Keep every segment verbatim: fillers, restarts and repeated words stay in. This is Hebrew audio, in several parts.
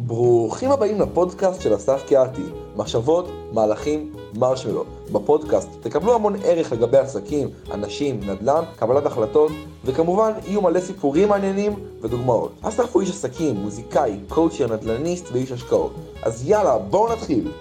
ברוכים הבאים לפודקאסט של אסף קיאתי, מחשבות, מהלכים, מרשמלו. בפודקאסט תקבלו המון ערך לגבי עסקים, אנשים, נדל"ן, קבלת החלטות, וכמובן יהיו מלא סיפורים מעניינים ודוגמאות. אסף הוא איש עסקים, מוזיקאי, קואוצ'ר, נדל"ניסט ואיש השקעות. אז יאללה, בואו נתחיל.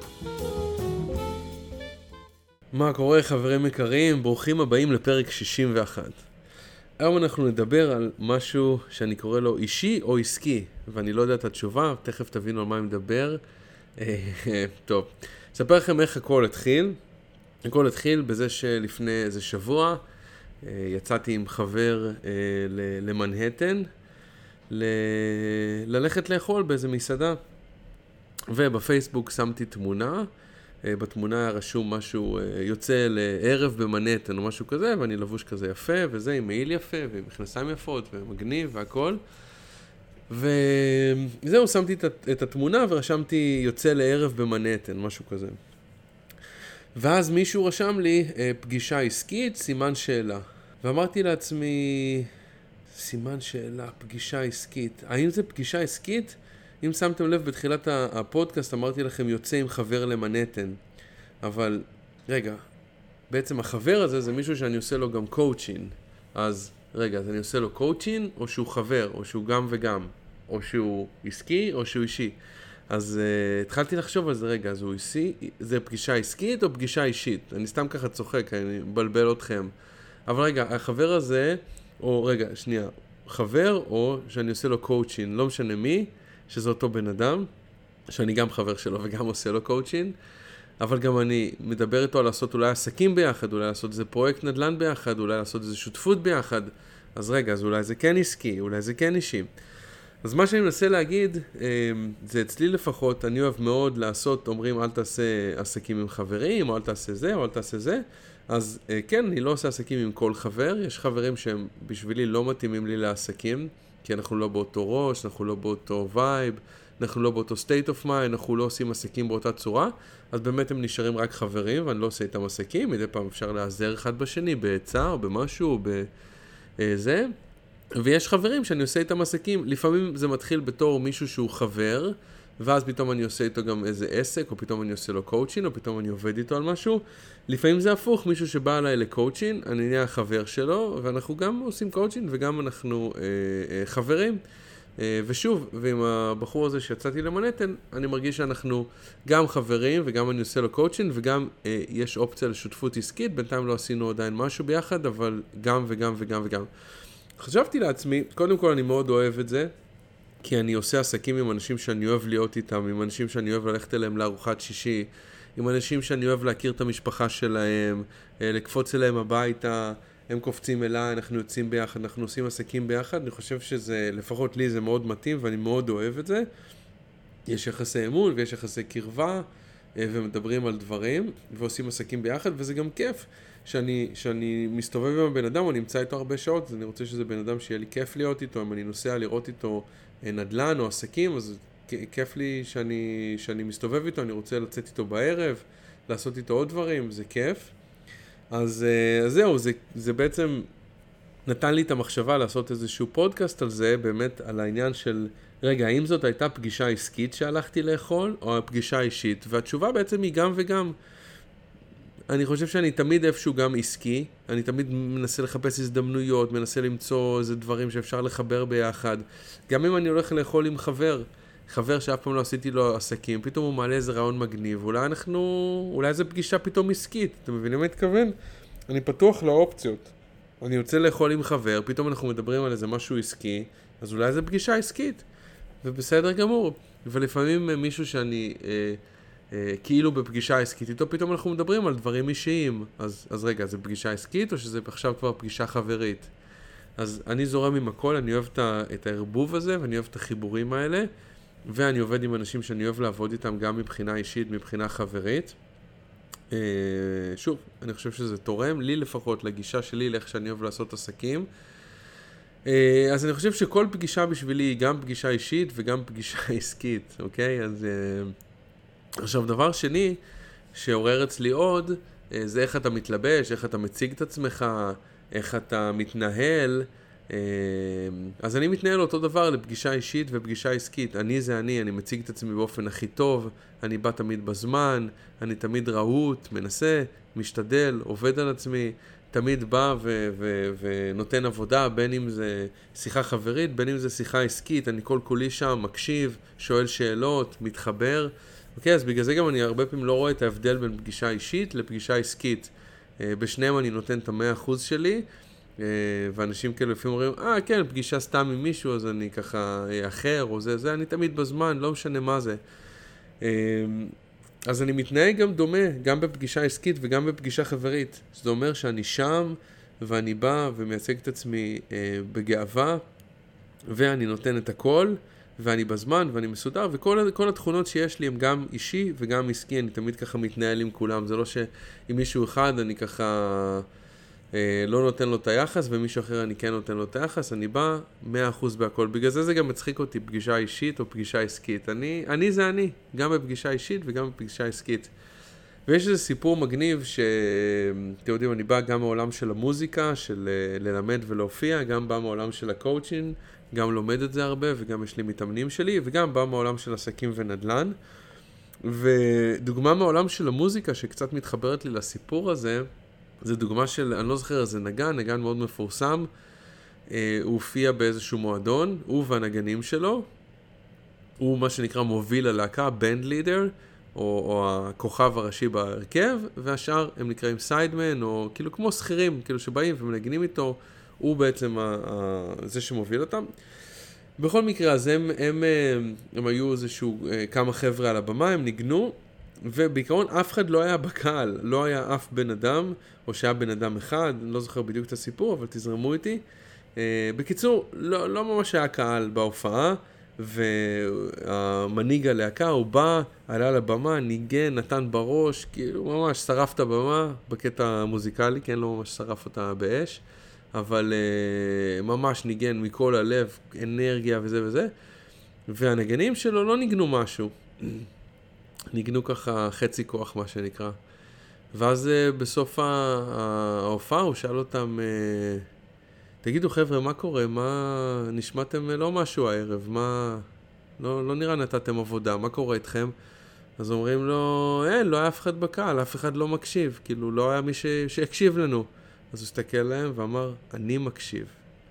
מה קורה חברים יקרים? ברוכים הבאים לפרק שישים ואחת. היום אנחנו נדבר על משהו שאני קורא לו אישי או עסקי, ואני לא יודע את התשובה, תכף תבינו על מה אני מדבר. טוב, אספר לכם איך הכל התחיל. הכל התחיל בזה שלפני איזה שבוע יצאתי עם חבר למנהטן, ללכת לאכול באיזה מסעדה, ובפייסבוק שמתי תמונה, בתמונה היה רשום משהו, יוצא לערב במנהטן או משהו כזה, ואני לבוש כזה יפה, וזה עם מעיל יפה, ועם מכנסיים יפות, ומגניב והכל. וזהו, שמתי את התמונה ורשמתי יוצא לערב במנהטן, משהו כזה. ואז מישהו רשם לי פגישה עסקית, סימן שאלה. ואמרתי לעצמי, סימן שאלה, פגישה עסקית. האם זה פגישה עסקית? אם שמתם לב בתחילת הפודקאסט אמרתי לכם יוצא עם חבר למנהטן, אבל רגע, בעצם החבר הזה זה מישהו שאני עושה לו גם קואוצ'ין. אז רגע, אז אני עושה לו קואוצ'ין או שהוא חבר, או שהוא גם וגם, או שהוא עסקי או שהוא אישי. אז uh, התחלתי לחשוב על זה, רגע, אז הוא אישי, זה פגישה עסקית או פגישה אישית? אני סתם ככה צוחק, אני מבלבל אתכם. אבל רגע, החבר הזה, או רגע, שנייה, חבר או שאני עושה לו קואוצ'ין, לא משנה מי, שזה אותו בן אדם, שאני גם חבר שלו וגם עושה לו קואוצ'ין, אבל גם אני מדבר איתו על לעשות אולי עסקים ביחד, אולי לעשות איזה פרויקט נדל"ן ביחד, אולי לעשות איזה שותפות ביחד. אז רגע, אז אולי זה כן עסקי, אולי זה כן אישי. אז מה שאני מנסה להגיד, זה אצלי לפחות, אני אוהב מאוד לעשות, אומרים אל תעשה עסקים עם חברים, או אל תעשה זה, או אל תעשה זה. אז כן, אני לא עושה עסקים עם כל חבר, יש חברים שהם בשבילי לא מתאימים לי לעסקים, כי אנחנו לא באותו ראש, אנחנו לא באותו וייב, אנחנו לא באותו state of mind, אנחנו לא עושים עסקים באותה צורה, אז באמת הם נשארים רק חברים, ואני לא עושה איתם עסקים, מדי פעם אפשר לעזר אחד בשני, בעצה או במשהו, או בזה. ויש חברים שאני עושה איתם עסקים, לפעמים זה מתחיל בתור מישהו שהוא חבר, ואז פתאום אני עושה איתו גם איזה עסק, או פתאום אני עושה לו קואוצ'ין, או פתאום אני עובד איתו על משהו. לפעמים זה הפוך, מישהו שבא אליי לקואוצ'ין, אני נהיה החבר שלו, ואנחנו גם עושים קואוצ'ין, וגם אנחנו אה, אה, חברים. אה, ושוב, ועם הבחור הזה שיצאתי למנהטן, אני מרגיש שאנחנו גם חברים, וגם אני עושה לו קואוצ'ין, וגם אה, יש אופציה לשותפות עסקית, בינתיים לא עשינו עדיין משהו ביחד, אבל גם וגם וגם וגם. חשבתי לעצמי, קודם כל אני מאוד אוהב את זה, כי אני עושה עסקים עם אנשים שאני אוהב להיות איתם, עם אנשים שאני אוהב ללכת אליהם לארוחת שישי, עם אנשים שאני אוהב להכיר את המשפחה שלהם, לקפוץ אליהם הביתה, הם קופצים אליי, אנחנו יוצאים ביחד, אנחנו עושים עסקים ביחד. אני חושב שזה, לפחות לי זה מאוד מתאים ואני מאוד אוהב את זה. יש יחסי אמון ויש יחסי קרבה, ומדברים על דברים ועושים עסקים ביחד, וזה גם כיף שאני, שאני מסתובב עם הבן אדם, או נמצא איתו הרבה שעות, אז אני רוצה שזה בן אדם שיהיה לי כיף להיות איתו, אם אני נוסע לראות איתו נדל"ן או עסקים, אז כיף לי שאני, שאני מסתובב איתו, אני רוצה לצאת איתו בערב, לעשות איתו עוד דברים, זה כיף. אז, אז זהו, זה, זה בעצם נתן לי את המחשבה לעשות איזשהו פודקאסט על זה, באמת על העניין של, רגע, האם זאת הייתה פגישה עסקית שהלכתי לאכול, או פגישה אישית? והתשובה בעצם היא גם וגם. אני חושב שאני תמיד איפשהו גם עסקי, אני תמיד מנסה לחפש הזדמנויות, מנסה למצוא איזה דברים שאפשר לחבר ביחד. גם אם אני הולך לאכול עם חבר, חבר שאף פעם לא עשיתי לו עסקים, פתאום הוא מעלה איזה רעיון מגניב, אולי אנחנו, אולי זה פגישה פתאום עסקית, אתם מבינים מה התכוון? אני פתוח לאופציות. אני יוצא לאכול עם חבר, פתאום אנחנו מדברים על איזה משהו עסקי, אז אולי זה פגישה עסקית, ובסדר גמור. ולפעמים מישהו שאני... אה, כאילו בפגישה עסקית איתו, פתאום אנחנו מדברים על דברים אישיים. אז, אז רגע, זה פגישה עסקית או שזה עכשיו כבר פגישה חברית? אז אני זורם עם הכל, אני אוהב את הערבוב הזה, ואני אוהב את החיבורים האלה, ואני עובד עם אנשים שאני אוהב לעבוד איתם גם מבחינה אישית, מבחינה חברית. שוב, אני חושב שזה תורם, לי לפחות, לגישה שלי, לאיך שאני אוהב לעשות עסקים. אז אני חושב שכל פגישה בשבילי היא גם פגישה אישית וגם פגישה עסקית, אוקיי? אז... עכשיו, דבר שני שעורר אצלי עוד, זה איך אתה מתלבש, איך אתה מציג את עצמך, איך אתה מתנהל, אז אני מתנהל אותו דבר לפגישה אישית ופגישה עסקית. אני זה אני, אני מציג את עצמי באופן הכי טוב, אני בא תמיד בזמן, אני תמיד רהוט, מנסה, משתדל, עובד על עצמי, תמיד בא ו- ו- ונותן עבודה, בין אם זה שיחה חברית, בין אם זה שיחה עסקית, אני כל כולי שם, מקשיב, שואל שאלות, מתחבר. אוקיי, אז בגלל זה גם אני הרבה פעמים לא רואה את ההבדל בין פגישה אישית לפגישה עסקית. בשניהם אני נותן את המאה אחוז שלי, ואנשים כאלה לפעמים אומרים, אה כן, פגישה סתם עם מישהו, אז אני ככה אחר, או זה, זה, אני תמיד בזמן, לא משנה מה זה. אז אני מתנהג גם דומה, גם בפגישה עסקית וגם בפגישה חברית. זאת אומרת שאני שם, ואני בא ומייצג את עצמי בגאווה, ואני נותן את הכל, ואני בזמן, ואני מסודר, וכל כל התכונות שיש לי הם גם אישי וגם עסקי, אני תמיד ככה מתנהל עם כולם. זה לא שעם מישהו אחד אני ככה אה, לא נותן לו את היחס, ומישהו אחר אני כן נותן לו את היחס, אני בא מאה אחוז בהכל. בגלל זה זה גם מצחיק אותי, פגישה אישית או פגישה עסקית. אני, אני זה אני, גם בפגישה אישית וגם בפגישה עסקית. ויש איזה סיפור מגניב שאתם יודעים, אני בא גם מעולם של המוזיקה, של ללמד ולהופיע, גם בא מעולם של הקואוצ'ינג, גם לומד את זה הרבה, וגם יש לי מתאמנים שלי, וגם בא מעולם של עסקים ונדל"ן. ודוגמה מעולם של המוזיקה שקצת מתחברת לי לסיפור הזה, זה דוגמה של, אני לא זוכר, זה נגן, נגן מאוד מפורסם, הוא הופיע באיזשהו מועדון, הוא והנגנים שלו, הוא מה שנקרא מוביל הלהקה, בנד לידר, או, או הכוכב הראשי בהרכב, והשאר הם נקראים סיידמן, או כאילו כמו שכירים, כאילו שבאים ומנגנים איתו, הוא בעצם ה, ה, זה שמוביל אותם. בכל מקרה, אז הם, הם, הם, הם היו איזשהו כמה חבר'ה על הבמה, הם ניגנו, ובעיקרון אף אחד לא היה בקהל, לא היה אף בן אדם, או שהיה בן אדם אחד, אני לא זוכר בדיוק את הסיפור, אבל תזרמו איתי. בקיצור, לא, לא ממש היה קהל בהופעה, והמנהיג הלהקה, הוא בא, עלה לבמה, ניגן, נתן בראש, כאילו ממש שרף את הבמה בקטע המוזיקלי, כן, לא ממש שרף אותה באש, אבל uh, ממש ניגן מכל הלב, אנרגיה וזה וזה, והנגנים שלו לא ניגנו משהו, ניגנו ככה חצי כוח מה שנקרא, ואז uh, בסוף ההופעה הוא שאל אותם, uh, תגידו חבר'ה, מה קורה? מה נשמעתם לא משהו הערב? מה לא לא נראה נתתם עבודה? מה קורה איתכם? אז אומרים לו, אין, לא היה אף אחד בקהל, אף אחד לא מקשיב, כאילו לא היה מי ש... שיקשיב לנו. אז הוא הסתכל להם ואמר, אני מקשיב.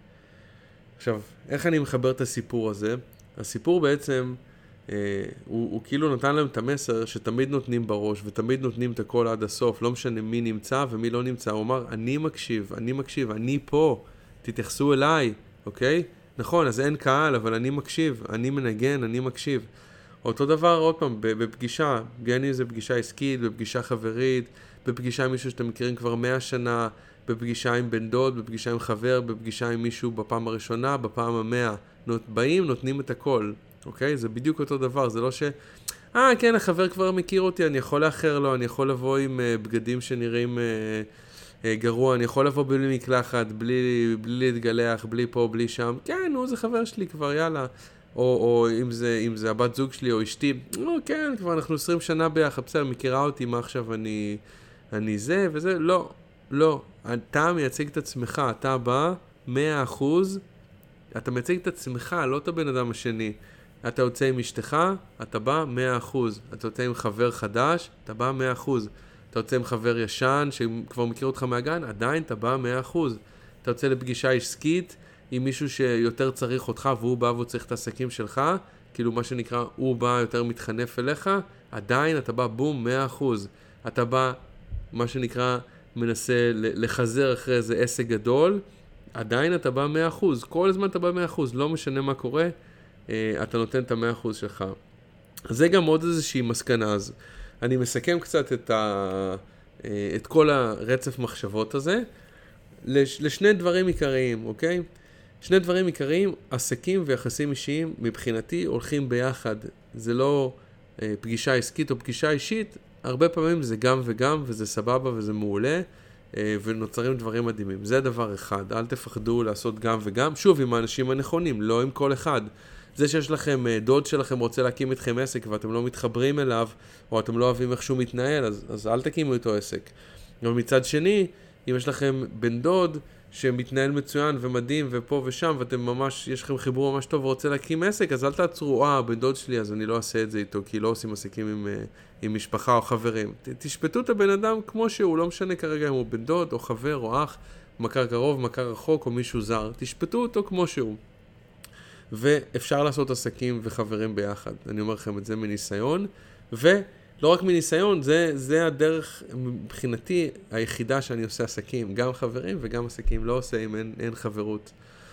עכשיו, איך אני מחבר את הסיפור הזה? הסיפור בעצם, אה, הוא, הוא כאילו נתן להם את המסר שתמיד נותנים בראש, ותמיד נותנים את הכל עד הסוף, לא משנה מי נמצא ומי לא נמצא. הוא אמר, אני מקשיב, אני מקשיב, אני פה, תתייחסו אליי, אוקיי? נכון, אז אין קהל, אבל אני מקשיב, אני מנגן, אני מקשיב. אותו דבר, עוד פעם, בפגישה, בין אם זה פגישה עסקית, בפגישה חברית, בפגישה עם מישהו שאתם מכירים כבר מאה שנה, בפגישה עם בן דוד, בפגישה עם חבר, בפגישה עם מישהו בפעם הראשונה, בפעם המאה. באים, נותנים את הכל, אוקיי? זה בדיוק אותו דבר, זה לא ש... אה, כן, החבר כבר מכיר אותי, אני יכול לאחר לו, אני יכול לבוא עם uh, בגדים שנראים uh, uh, גרוע, אני יכול לבוא בלי מקלחת, בלי, בלי להתגלח, בלי פה, בלי שם. כן, נו, זה חבר שלי כבר, יאללה. או, או אם זה, אם זה הבת זוג שלי או אשתי, או, כן, כבר אנחנו עשרים שנה ביחד, בסדר, מכירה אותי, מה עכשיו אני, אני זה וזה? לא, לא. אתה מייצג את עצמך, אתה בא מאה אחוז, אתה מייצג את עצמך, לא את הבן אדם השני. אתה יוצא עם אשתך, אתה בא מאה אחוז. אתה יוצא עם חבר חדש, אתה בא מאה אחוז. אתה יוצא עם חבר ישן שכבר מכיר אותך מהגן, עדיין אתה בא מאה אחוז. אתה יוצא לפגישה עסקית עם מישהו שיותר צריך אותך והוא בא והוא צריך את העסקים שלך, כאילו מה שנקרא, הוא בא יותר מתחנף אליך, עדיין אתה בא בום מאה אחוז. אתה בא, מה שנקרא, מנסה לחזר אחרי איזה עסק גדול, עדיין אתה בא מאה אחוז. כל הזמן אתה בא מאה אחוז, לא משנה מה קורה, אתה נותן את ה-מאה אחוז שלך. זה גם עוד איזושהי מסקנה. אז אני מסכם קצת את, ה... את כל הרצף מחשבות הזה, לש... לשני דברים עיקריים, אוקיי? שני דברים עיקריים, עסקים ויחסים אישיים, מבחינתי הולכים ביחד. זה לא אה, פגישה עסקית או פגישה אישית, הרבה פעמים זה גם וגם, וזה סבבה וזה מעולה, אה, ונוצרים דברים מדהימים. זה דבר אחד, אל תפחדו לעשות גם וגם, שוב עם האנשים הנכונים, לא עם כל אחד. זה שיש לכם, דוד שלכם רוצה להקים איתכם עסק, ואתם לא מתחברים אליו, או אתם לא אוהבים איך שהוא מתנהל, אז, אז אל תקימו איתו עסק. אבל מצד שני, אם יש לכם בן דוד, שמתנהל מצוין ומדהים ופה ושם, ואתם ממש, יש לכם חיבור ממש טוב ורוצה להקים עסק, אז אל תעצרו, אה, בן דוד שלי, אז אני לא אעשה את זה איתו, כי לא עושים עסקים עם, עם משפחה או חברים. תשפטו את הבן אדם כמו שהוא, לא משנה כרגע אם הוא בן דוד או חבר או אח, מכר קרוב, מכר רחוק או מישהו זר. תשפטו אותו כמו שהוא. ואפשר לעשות עסקים וחברים ביחד. אני אומר לכם את זה מניסיון, ולא רק מניסיון, זה, זה הדרך מבחינתי היחידה שאני עושה עסקים, גם חברים וגם עסקים, לא עושה אם אין, אין חברות.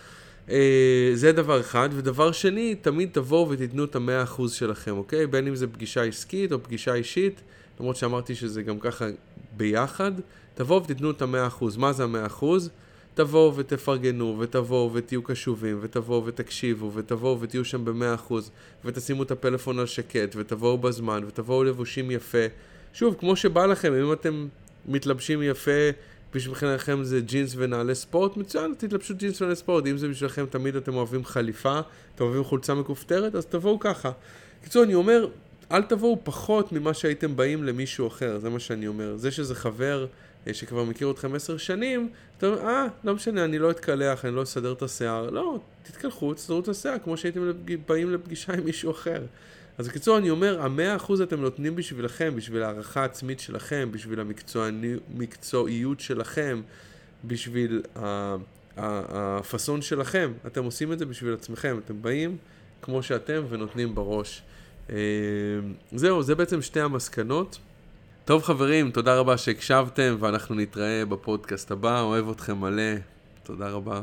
זה דבר אחד, ודבר שני, תמיד תבואו ותתנו את המאה אחוז שלכם, אוקיי? בין אם זה פגישה עסקית או פגישה אישית, למרות שאמרתי שזה גם ככה ביחד, תבואו ותתנו את המאה אחוז. מה זה המאה אחוז? תבואו ותפרגנו, ותבואו ותהיו קשובים, ותבואו ותקשיבו, ותבואו ותהיו שם במאה אחוז, ותשימו את הפלאפון על שקט, ותבואו בזמן, ותבואו לבושים יפה. שוב, כמו שבא לכם, אם אתם מתלבשים יפה, בשבילכם זה ג'ינס ונעלי ספורט, מצוין, תתלבשו ג'ינס ונעלי ספורט. אם זה בשבילכם תמיד אתם אוהבים חליפה, אתם אוהבים חולצה מכופתרת, אז תבואו ככה. קיצור, אני אומר, אל תבואו פחות ממה שהייתם באים למישהו אחר, זה מה שאני אומר. זה שזה חבר שכבר מכיר אתכם עשר שנים, אתה אומר, אה, לא משנה, אני לא אתקלח, אני לא אסדר את השיער. לא, תתקלחו, תסדרו את השיער, כמו שהייתם באים לפגישה עם מישהו אחר. אז בקיצור, אני אומר, המאה אחוז אתם נותנים בשבילכם, בשביל הערכה עצמית שלכם, בשביל המקצועיות שלכם, בשביל הפסון שלכם. אתם עושים את זה בשביל עצמכם, אתם באים כמו שאתם ונותנים בראש. זהו, זה בעצם שתי המסקנות. טוב חברים, תודה רבה שהקשבתם, ואנחנו נתראה בפודקאסט הבא, אוהב אתכם מלא, תודה רבה.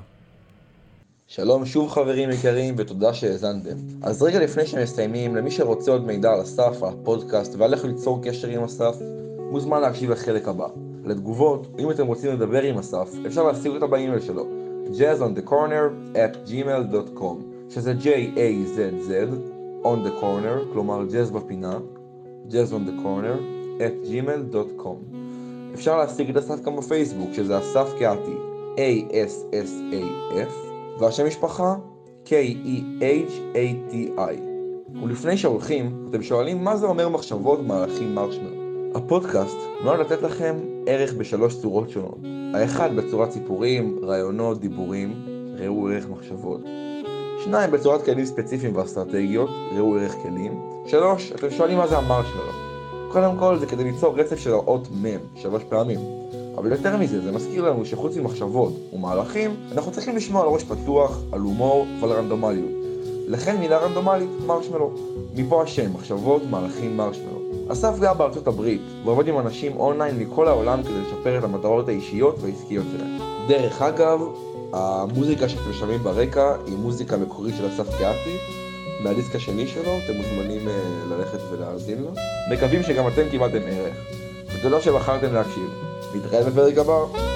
שלום שוב חברים יקרים ותודה שהאזנתם. אז רגע לפני שמסיימים, למי שרוצה עוד מידע על אסף, על הפודקאסט ועל איך ליצור קשר עם אסף, מוזמן להקשיב לחלק הבא. לתגובות, אם אתם רוצים לדבר עם אסף, אפשר להשיג אותה באימייל שלו, jazz on the corner at gmail dot com, שזה J A Z Z on the corner, כלומר ג'אז בפינה, jazz on the corner at gmail dot com. אפשר להשיג את אסף גם בפייסבוק, שזה אסף קהתי, A S S A F, והשם משפחה K E H A T I. ולפני שהולכים, אתם שואלים מה זה אומר מחשבות מהלכים מרשמלו. הפודקאסט נועד לתת לכם ערך בשלוש צורות שונות. האחד בצורת סיפורים, רעיונות, דיבורים, ראו ערך מחשבות. שניים בצורת כלים ספציפיים ואסטרטגיות, ראו ערך כלים. שלוש, אתם שואלים מה זה המרשמלו. קודם כל זה כדי ליצור רצף של האות מם, שלוש פעמים. אבל יותר מזה, זה מזכיר לנו שחוץ ממחשבות ומהלכים, אנחנו צריכים לשמוע על ראש פתוח, על הומור ועל רנדומליות. לכן מילה רנדומלית, מרשמלו. מפה השם, מחשבות, מהלכים, מרשמלו. אסף גר בארצות הברית, ועובד עם אנשים אונליין מכל העולם כדי לשפר את המטרות האישיות והעסקיות שלהם. דרך אגב, המוזיקה שאתם שומעים ברקע היא מוזיקה מקורית של אסף קהתי, מהדיסק השני שלו, אתם מוזמנים ללכת ולהאזין לו. מקווים שגם אתם קיבלתם ערך, ותודה שבחרתם להקשיב. נתראה בפרק הבא.